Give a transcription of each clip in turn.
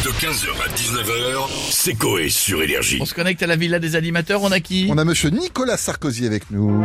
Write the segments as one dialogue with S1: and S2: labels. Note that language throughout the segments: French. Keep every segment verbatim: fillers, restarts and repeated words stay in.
S1: De quinze heures à dix-neuf heures, c'est Coé sur Énergie.
S2: On se connecte à la villa des animateurs, on a qui?
S3: On a monsieur Nicolas Sarkozy avec nous.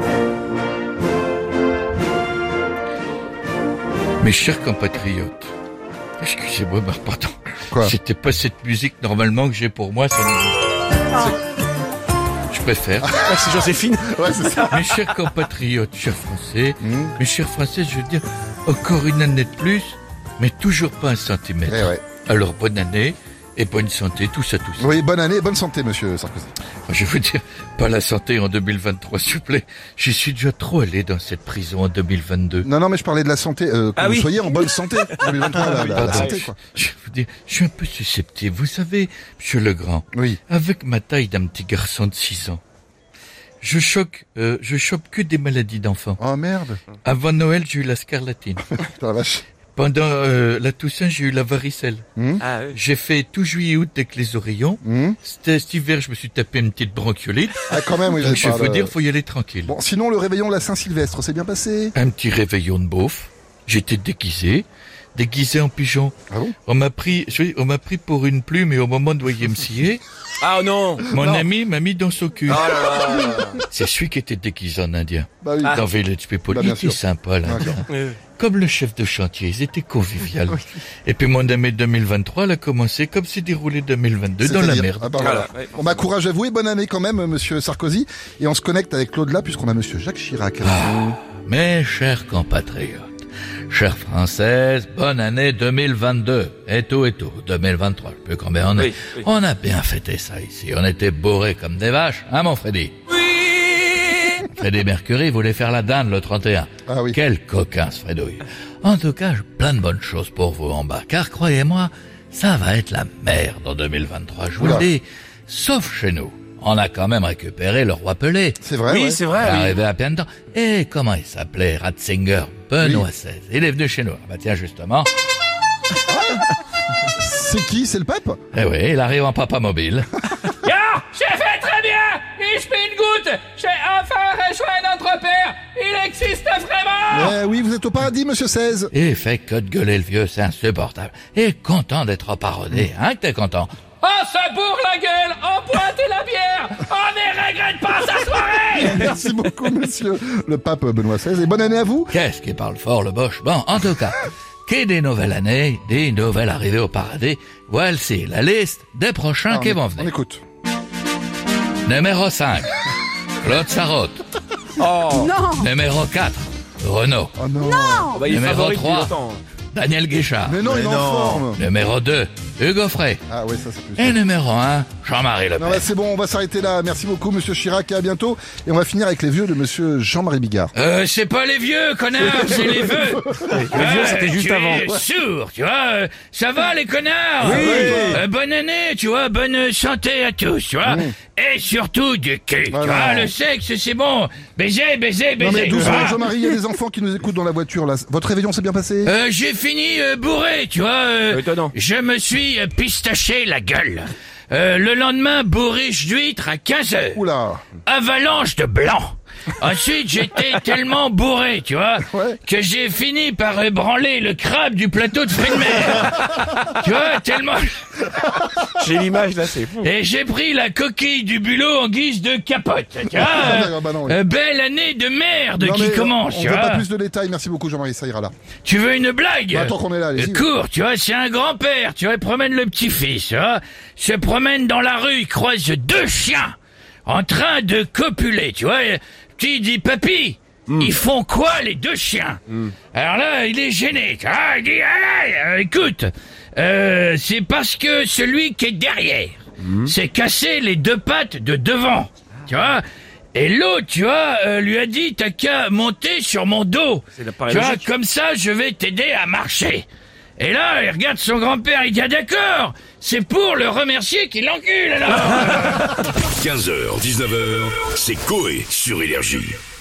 S2: Mes chers compatriotes, excusez-moi, mais pardon.
S3: Quoi?
S2: C'était pas cette musique normalement que j'ai pour moi, ça me... Je préfère.
S4: Ah, c'est Joséphine.
S3: Ouais, c'est ça.
S2: Mes chers compatriotes, chers Français,
S3: Mmh.
S2: mes chers Français, je veux dire, encore une année de plus, mais toujours pas un centimètre.
S3: Eh ouais.
S2: Alors bonne année et bonne santé, tous à tous.
S3: Oui, bonne année, bonne santé, monsieur Sarkozy.
S2: Je veux dire, pas la santé en deux mille vingt-trois, s'il vous plaît. J'y suis déjà trop allé dans cette prison en deux mille vingt-deux.
S3: Non, non, mais je parlais de la santé, euh, que
S4: Ah
S3: vous
S4: oui.
S3: soyez en bonne santé. deux mille vingt-trois, la, la- la
S2: Pardon.
S3: santé, quoi.
S2: Je veux dire, je suis un peu susceptible. Vous savez, monsieur Legrand,
S3: Oui.
S2: avec ma taille d'un petit garçon de six ans, je choque, euh, je chope que des maladies d'enfants.
S3: Oh merde.
S2: Avant Noël, j'ai eu la scarlatine.
S3: Putain, la vache.
S2: Pendant euh, la Toussaint, j'ai eu la varicelle.
S4: Ah oui.
S2: J'ai fait tout juillet août avec les oreillons.
S3: Hum.
S2: C'était cet hiver, je me suis tapé une petite bronchiolite.
S3: Ah, quand même, oui,
S2: Donc,
S3: j'ai
S2: je
S3: pas
S2: faut
S3: le-
S2: dire, faut y aller tranquille.
S3: Bon, sinon, le réveillon de la Saint-Sylvestre, c'est bien passé?
S2: Un petit réveillon de beauf. J'étais déguisé, déguisé en pigeon.
S3: Ah bon?
S2: On m'a pris, je- on m'a pris pour une plume et au moment de voyer me scier,
S4: Ah non.
S2: mon
S3: Non.
S2: ami m'a mis dans son cul.
S4: Oh là là.
S2: C'est celui qui était déguisé en indien.
S3: Bah oui.
S2: Dans Village People.
S3: Bah,
S2: Il
S3: bien
S2: était
S3: sûr.
S2: sympa, l'indien.
S4: Euh,
S2: Comme le chef de chantier, ils étaient conviviaux. Et puis mon année deux mille vingt-trois, elle a commencé comme s'est déroulé deux mille vingt-deux, dans la
S3: C'est-à-dire-
S2: merde.
S3: Ah bah voilà.
S4: Voilà, ouais.
S3: Bon bah courage à vous et bonne année quand même, monsieur Sarkozy. Et on se connecte avec Claude là, puisqu'on a monsieur Jacques Chirac.
S2: Ah. Mes chers compatriotes, chères Françaises, bonne année deux mille vingt-deux. Et tout et tout, deux mille vingt-trois, je sais plus combien on est.
S4: Oui, oui.
S2: On a bien fêté ça ici. On était bourrés comme des vaches, hein mon Freddy?
S4: Oui.
S2: Freddy Mercury voulait faire la dinde le trente et un.
S3: Ah oui.
S2: Quel coquin ce Fredouille. En tout cas, j'ai plein de bonnes choses pour vous en bas, car croyez-moi, ça va être la merde en deux mille vingt-trois, je vous
S3: Oula.
S2: le dis. Sauf chez nous. On a quand même récupéré le roi Pelé.
S3: C'est vrai,
S4: Oui,
S3: ouais.
S4: c'est vrai. Oui.
S2: Arrivé à plein de temps. Et comment il s'appelait? Ratzinger. Benoît seize. Il est venu chez nous. Ah bah tiens, justement.
S3: C'est qui? C'est le pape?
S2: Eh oui, il arrive en papa mobile.
S5: Ja, j'ai fait très bien. Ich bin gut. J'ai enfin rejoint notre père. Il existe vraiment.
S3: Eh oui, vous êtes au paradis, monsieur seize.
S2: Et il fait que de gueuler le vieux, c'est insupportable. Et content d'être parodé, hein, que t'es content?
S5: On se bourre la gueule, on pointe la bière. On ne regrette pas sa soirée.
S3: Merci beaucoup, monsieur le pape Benoît seize. Et bonne année à vous.
S2: Qu'est-ce qui parle fort, le boche? Bon, en tout cas, qui dit nouvelle année, dit nouvelle arrivée au paradis. Voici la liste des prochains
S3: Ah,
S2: qui
S3: on,
S2: vont
S3: on
S2: venir.
S3: écoute.
S2: Numéro cinq, Claude Sarraute.
S4: Oh.
S2: Numéro quatre, Renaud.
S3: Oh non.
S4: Oh, bah, il est
S2: Numéro
S4: favori depuis
S2: trois.
S4: longtemps.
S2: Daniel Guichard.
S3: Mais non, il est en forme.
S2: Numéro deux, Hugo Frey.
S3: Ah ouais, ça c'est plus.
S2: Et numéro un, Jean-Marie Le
S3: Non,
S2: Pen.
S3: bah, c'est bon, on va s'arrêter là. Merci beaucoup, monsieur Chirac, et à bientôt. Et on va finir avec les vieux de monsieur Jean-Marie Bigard.
S2: Euh, c'est pas les vieux, connard, c'est les vœux.
S4: Les vieux, c'était juste
S2: tu
S4: avant.
S2: es sourd, tu vois. euh, Ça va, les connards?
S4: Oui.
S2: Euh, bonne année, tu vois, bonne santé à tous, tu vois. Et surtout du cul,
S3: Voilà.
S2: tu vois, le sexe, c'est bon. Baiser, baiser, baiser.
S3: Non mais doucement,
S2: Ah.
S3: Jean-Marie, il y a des enfants qui nous écoutent dans la voiture là. Votre réveillon s'est bien passé?
S2: Euh, j'ai fini euh, bourré, tu vois. euh,
S4: Étonnant.
S2: je me suis euh, pistaché la gueule. Euh, le lendemain, bourriche d'huîtres à quinze heures.
S3: Oula.
S2: Avalanche de blanc. Ensuite, j'étais tellement bourré, tu vois,
S3: Ouais.
S2: que j'ai fini par ébranler le crabe du plateau de fruits de mer. Tu vois, tellement...
S4: J'ai l'image là, c'est fou.
S2: Et j'ai pris la coquille du bulot en guise de capote. Tu vois,
S3: Ah, bah non, oui.
S2: euh, belle année de merde
S3: Non,
S2: qui
S3: mais
S2: commence,
S3: On
S2: tu
S3: veut
S2: vois.
S3: pas plus de détails. Merci beaucoup, Jean-Marie, ça ira là.
S2: Tu veux une blague?
S3: Bah, tant qu'on est là, allez-y.
S2: Euh, Cours, tu vois, c'est un grand-père, tu vois, il promène le petit-fils, tu vois, se promène dans la rue, il croise deux chiens en train de copuler, tu vois, et puis il dit, papy, ils font quoi les deux chiens? Alors là, il est gêné, tu vois, il dit, allez, euh, écoute, euh, c'est parce que celui qui est derrière s'est cassé les deux pattes de devant, tu vois. Et l'autre, tu vois, euh, lui a dit, t'as qu'à monter sur mon dos.
S4: C'est la paraît
S2: Tu vois,
S4: logique.
S2: comme ça, je vais t'aider à marcher. Et là, il regarde son grand-père, il dit, ah, d'accord, c'est pour le remercier qu'il l'encule, alors.
S1: quinze heures, dix-neuf heures, c'est Coé sur Énergie.